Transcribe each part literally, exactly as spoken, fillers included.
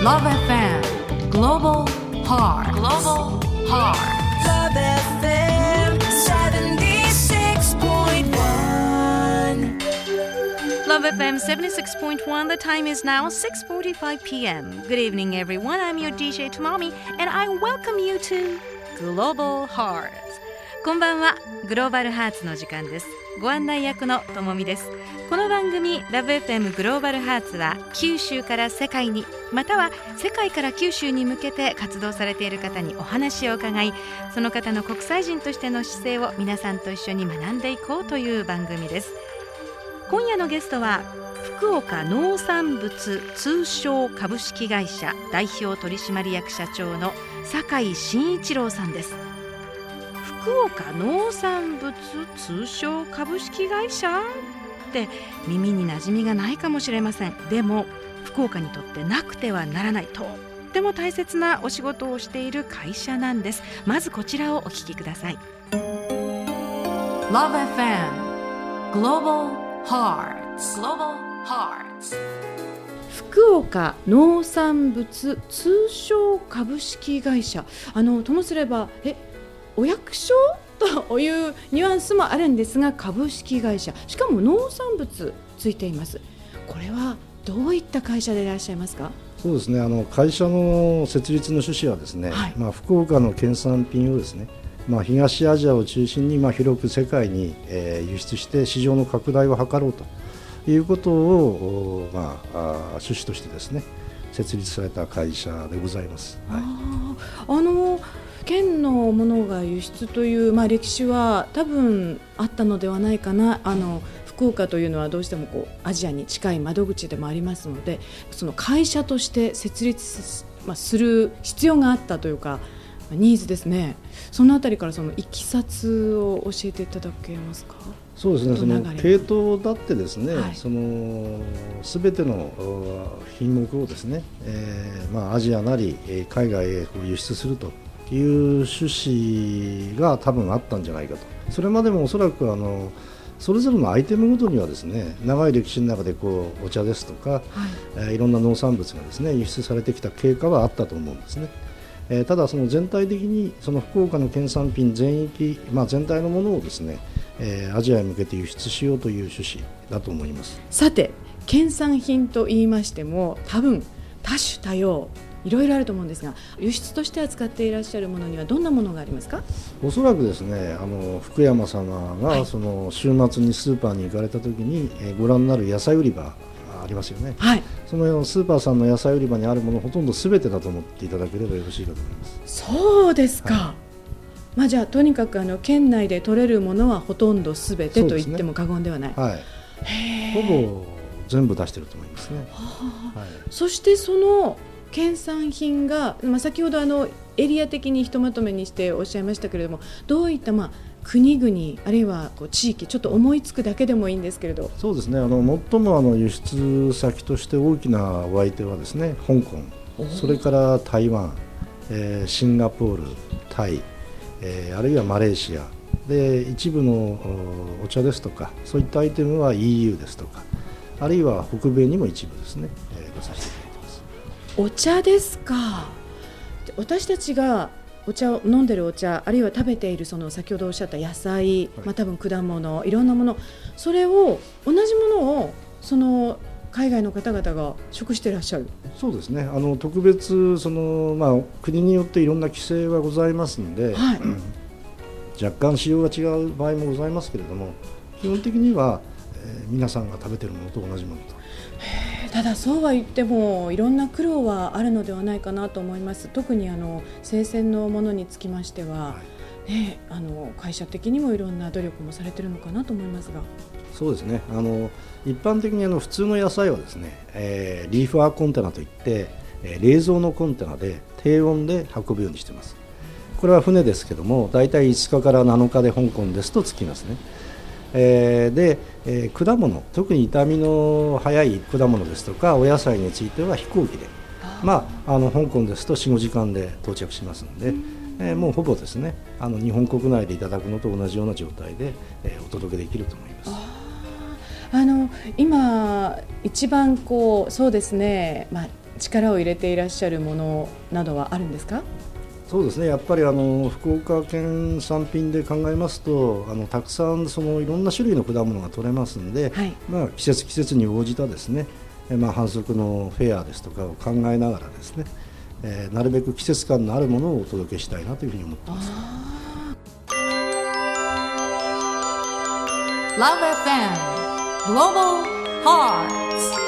Love エフエム Global Heart Global Heart Love エフエム seventy-six point one Love エフエム seventy-six point one. The time is now six forty-five p.m. Good evening, everyone. I'm your ディージェー Tomomi, and I welcome you to Global Hearts. こんばんは。グローバルハーツの時間です。ご案内役のともみです。この番組 ラブエフエム グローバルハーツは九州から世界に、または世界から九州に向けて活動されている方にお話を伺い、その方の国際人としての姿勢を皆さんと一緒に学んでいこうという番組です。今夜のゲストは福岡農産物通商株式会社代表取締役社長の酒井真一郎さんです。福岡農産物通商株式会社って耳に馴染みがないかもしれません。でも福岡にとってなくてはならないとっても大切なお仕事をしている会社なんです。まずこちらをお聞きください。 Love エフエム Global Hearts Global Hearts 福岡農産物通商株式会社、あのともすればえお役所というニュアンスもあるんですが、株式会社、しかも農産物ついています。これはどういった会社でいらっしゃいますか？ そうですね、あの会社の設立の趣旨はですね、はい、まあ、福岡の県産品をですね、まあ、東アジアを中心にまあ広く世界に、えー、輸出して市場の拡大を図ろうということを、まあ、あ趣旨としてですね設立された会社でございます。はい、 ああの県のものが輸出という、まあ、歴史は多分あったのではないかな。あの福岡というのはどうしてもこうアジアに近い窓口でもありますので、その会社として設立 す,、まあ、する必要があったというかニーズですね。そのあたりからそのいきさつを教えていただけますか？ そうですね、その系統だってですね、はい、その全ての品目をですね、えーまあ、アジアなり海外へ輸出するという趣旨が多分あったんじゃないかと。それまでもおそらくあのそれぞれのアイテムごとにはですね長い歴史の中でこうお茶ですとか、はい、えー、いろんな農産物がですね輸出されてきた経過はあったと思うんですね。えー、ただその全体的にその福岡の県産品全域、まあ、全体のものをですね、えー、アジアへ向けて輸出しようという趣旨だと思います。 さて県産品と言いましても多分多種多様いろいろあると思うんですが、輸出として扱っていらっしゃるものにはどんなものがありますか？ おそらくですね、あの福山様がその週末にスーパーに行かれた時に、えー、ご覧になる野菜売り場ありますよね。はい、そのスーパーさんの野菜売り場にあるものほとんど全てだと思っていただければよろしいかと思います。 そうですか。はい、まあ、じゃあとにかくあの県内で取れるものはほとんど全てと言っても過言ではない。はい、 ほぼ全部出していると思いますね。 は、はい、そしてその県産品が、まあ、先ほどあのエリア的にひとまとめにしておっしゃいましたけれども、どういった、まあ、国々あるいはこう地域ちょっと思いつくだけでもいいんですけれど。 そうですね、あの最もあの輸出先として大きなお相手はですね香港、それから台湾、えー、シンガポール、タイ、えー、あるいはマレーシアで一部のお茶ですとかそういったアイテムは イーユー ですとかあるいは北米にも一部ですね、えー、出させていただいています。 お茶ですか。私たちがお茶を飲んでるお茶あるいは食べているその先ほどおっしゃった野菜、はい、まあ、多分果物いろんなもの、それを同じものをその海外の方々が食していらっしゃる。 そうですね、あの特別その、まあ、国によっていろんな規制はございますので、はい、うん、若干仕様が違う場合もございますけれども基本的には、えー、皆さんが食べているものと同じものと。 ただそうは言ってもいろんな苦労はあるのではないかなと思います。特にあの生鮮のものにつきましては、はい、ね、あの会社的にもいろんな努力もされているのかなと思いますが。 そうですね、あの一般的にあの普通の野菜はですね、えー、リーフアーコンテナといって、えー、冷蔵のコンテナで低温で運ぶようにしています。これは船ですけどもだいたいいつかからなのかで香港ですと着きますね。えー、で、えー、果物、特に傷みの早い果物ですとかお野菜については飛行機で、まあ、あの香港ですと よん、ごじかんで到着しますので、えー、もうほぼですねあの日本国内でいただくのと同じような状態で、えー、お届けできると思います。 ああの今一番こうそうですね、まあ、 力を入れていらっしゃるものなどはあるんですか？ そうですね、やっぱりあの福岡県産品で考えますと、あのたくさんそのいろんな種類の果物が取れますので、はい、まあ、季節季節に応じたですね、まあ、販促のフェアですとかを考えながらですね、えー、なるべく季節感のあるものをお届けしたいなというふうに思っています。 ラブ エフエム Global Hearts。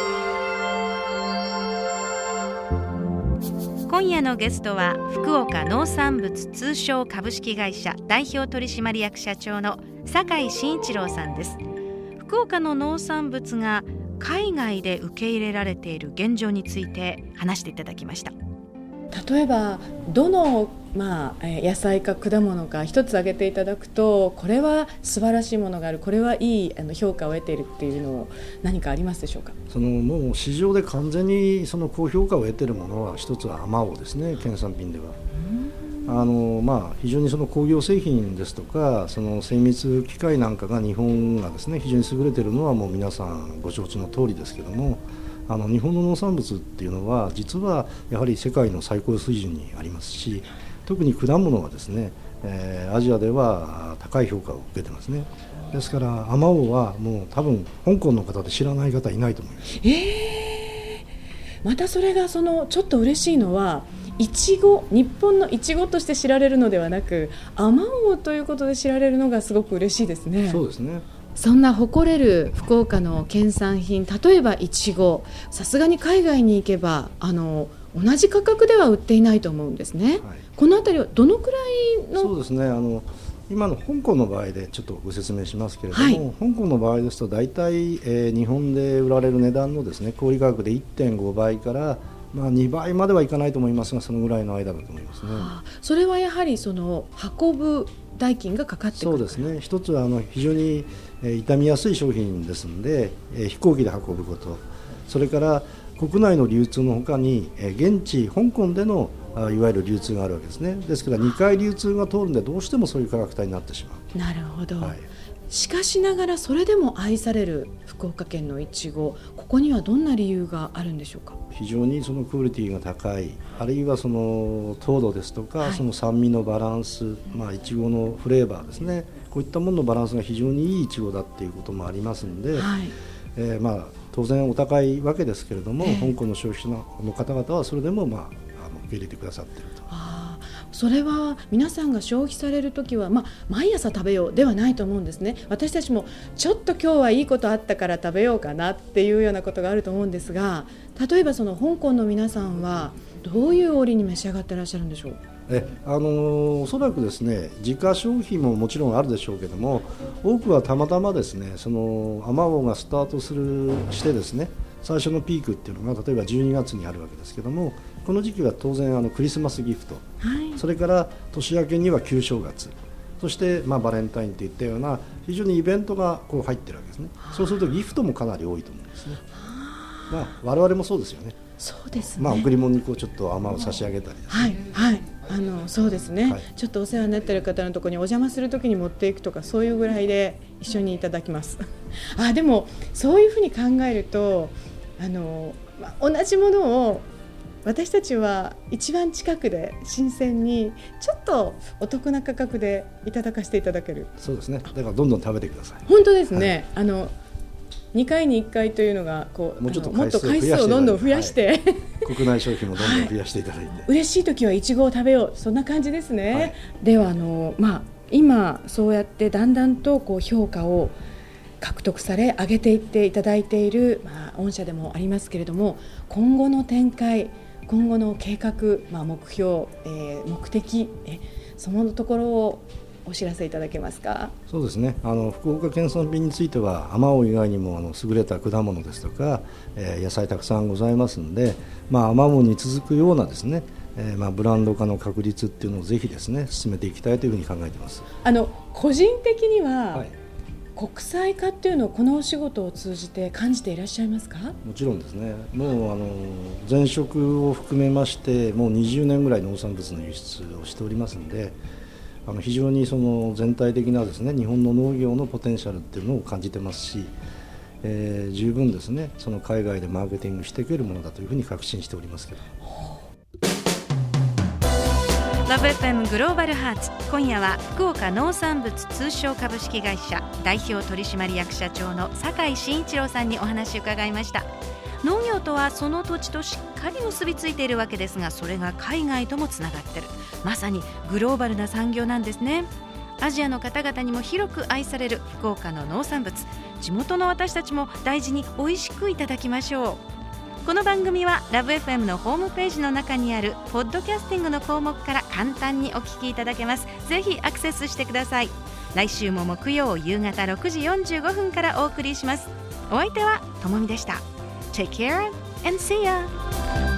今夜のゲストは福岡農産物通商株式会社代表取締役社長の酒井真一郎さんです。福岡の農産物が海外で受け入れられている現状について話していただきました。 例えばどの、まあ、野菜か果物か一つ挙げていただくと、これは素晴らしいものがある、これはいいあの評価を得ているっていうのを何かありますでしょうか？ そのもう市場で完全にその高評価を得ているものは一つはあまおうですね。県産品ではあの、まあ、非常にその工業製品ですとか、その精密機械なんかが日本がですね非常に優れているのはもう皆さんご承知の通りですけども、あの日本の農産物っていうのは実はやはり世界の最高水準にありますし、特に果物はですね、えー、アジアでは高い評価を受けてますね。ですからあまおうはもう多分香港の方で知らない方いないと思います。 えー、またそれがそのちょっと嬉しいのは、いちご、日本のいちごとして知られるのではなく、あまおうということで知られるのがすごく嬉しいですね。 そうですね。 そんな誇れる福岡の県産品、例えばいちご、さすがに海外に行けばあの同じ価格では売っていないと思うんですね、はい、このあたりはどのくらいの？ そうですね、あの今の香港の場合でちょっとご説明しますけれども、はい、香港の場合ですと大体、えー、日本で売られる値段のですね小売価格で いってんごばいから、まあ、にばいまではいかないと思いますが、そのぐらいの間だと思いますね。 はあ、それはやはりその運ぶ代金がかかってくる。 そうですね、一つはあの非常に、えー、傷みやすい商品ですので、えー、飛行機で運ぶこと、それから国内の流通のほかに、えー、現地香港でのあいわゆる流通があるわけですね。ですからにかい流通が通るのでどうしてもそういう価格帯になってしまう。 なるほど、 はい、 しかしながらそれでも愛される福岡県のいちご、ここにはどんな理由があるんでしょうか？ 非常にそのクオリティが高い、あるいはその糖度ですとか、はい、その酸味のバランス、まあ、いちごのフレーバーですね、こういったもののバランスが非常にいいいちごだっていうこともありますので、はい、えーまあ、当然お高いわけですけれども、えー、香港の消費者の方々はそれでも、まあ、あの受け入れてくださっていると。 あ、それは皆さんが消費されるときは、まあ、毎朝食べようではないと思うんですね。私たちもちょっと今日はいいことあったから食べようかなっていうようなことがあると思うんですが、例えばその香港の皆さんはどういう折に召し上がってらっしゃるんでしょう？ えあのー、おそらくですね、自家消費ももちろんあるでしょうけども、多くはたまたまですね、そのあまおうがスタートするしてですね、最初のピークっていうのが例えばじゅうにがつにあるわけですけども、この時期は当然あのクリスマスギフト、はい、それから年明けには旧正月、そして、まあ、バレンタインといったような非常にイベントがこう入ってるわけですね。そうするとギフトもかなり多いと思うんですね。まあ、我々もそうですよね。 そうですね、 まあ、贈り物にこうちょっと甘を差し上げたりですね、 はいはい、あのそうですね、はい、ちょっとお世話になっている方のところにお邪魔するときに持っていくとか、そういうぐらいで一緒にいただきますあ、でもそういうふうに考えると、あの、まあ、同じものを私たちは一番近くで新鮮にちょっとお得な価格でいただかせていただける。 そうですね、だからどんどん食べてください。 本当ですね、はい、あのにかいにいっかいというのがこうもうちょっともっと回数をどんどん増やして、はい、 国内消費もどんどん増やしていただいて、はい、 嬉しい時はいちごを食べよう、そんな感じですね、はい、ではあの、まあ、今そうやってだんだんとこう評価を獲得され上げていっていただいている、まあ、御社でもありますけれども、今後の展開、今後の計画、まあ、目標、えー、目的、えそのところをお知らせいただけますか？ そうですね、あの福岡県産品についてはあまおう以外にもあの優れた果物ですとか、えー、野菜たくさんございますので、まあ、あまおうに続くようなですね、えーまあ、ブランド化の確立っていうのをぜひですね進めていきたいというふうに考えています。 あの個人的には、はい、国際化っていうのをこのお仕事を通じて感じていらっしゃいますか？ もちろんですね、もうあの前職を含めましてもうにじゅうねんぐらい農産物の輸出をしておりますので、あの非常にその全体的なですね日本の農業のポテンシャルっていうのを感じてますし、 えー、十分ですねその海外でマーケティングしていけるものだというふうに確信しておりますけど。 ラブ エフエム グローバルハーツ、今夜は福岡農産物通商株式会社代表取締役社長の酒井真一郎さんにお話を伺いました。農業とはその土地としっかり結びついているわけですが、それが海外ともつながっている、まさにグローバルな産業なんですね。アジアの方々にも広く愛される福岡の農産物、地元の私たちも大事に美味しくいただきましょう。この番組はラブ エフエム のホームページの中にあるポッドキャスティングの項目から簡単にお聞きいただけます。ぜひアクセスしてください。来週も木曜夕方ろくじよんじゅうごふんからお送りします。お相手はともみでした。 Take care and see ya!